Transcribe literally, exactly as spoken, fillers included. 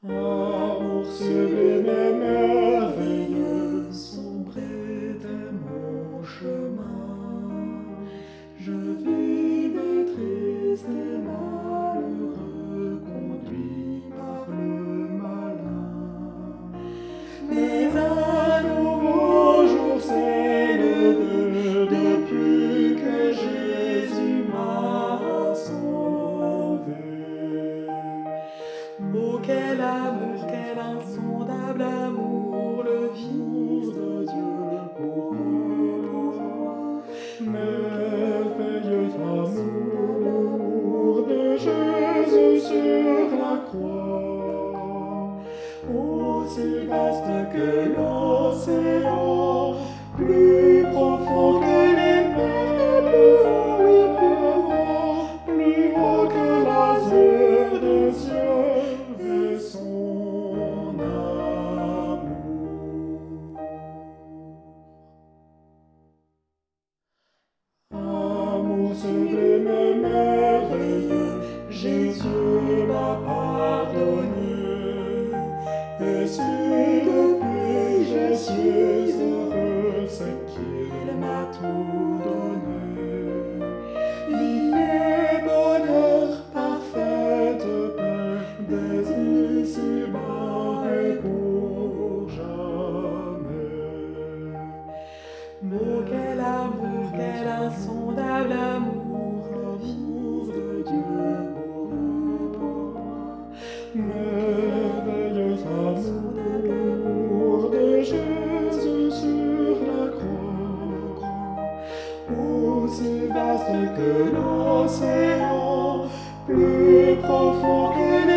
Amour sublime et merveilleux, sombre était mon chemin. Je vivais triste et malheureux, conduit par le malin. Mais un nouveau jour s'est levé depuis que Jésus m'a sauvé. Oh, quel amour, quel insondable amour, le Fils de Dieu pour moi. Merveilleux amour, l'amour de Jésus sur la croix. Aussi vaste que l'océan, plus profond que les mers, plus haut et plus haut, plus haut que l'azur des cieux et son amour. Amour sublime et merveilleux, Jésus m'a pardonné. Et si depuis je suis heureux, c'est qu'il m'a tout donné. Vie et bonheur, parfaite paix, dès ici-bas et pour jamais. Oh, quel amour, quel insondable amour, le Fils de Dieu pour eux, pour moi. Merveilleux amour de Jésus sur la croix, aussi vaste que l'océan, plus profond que les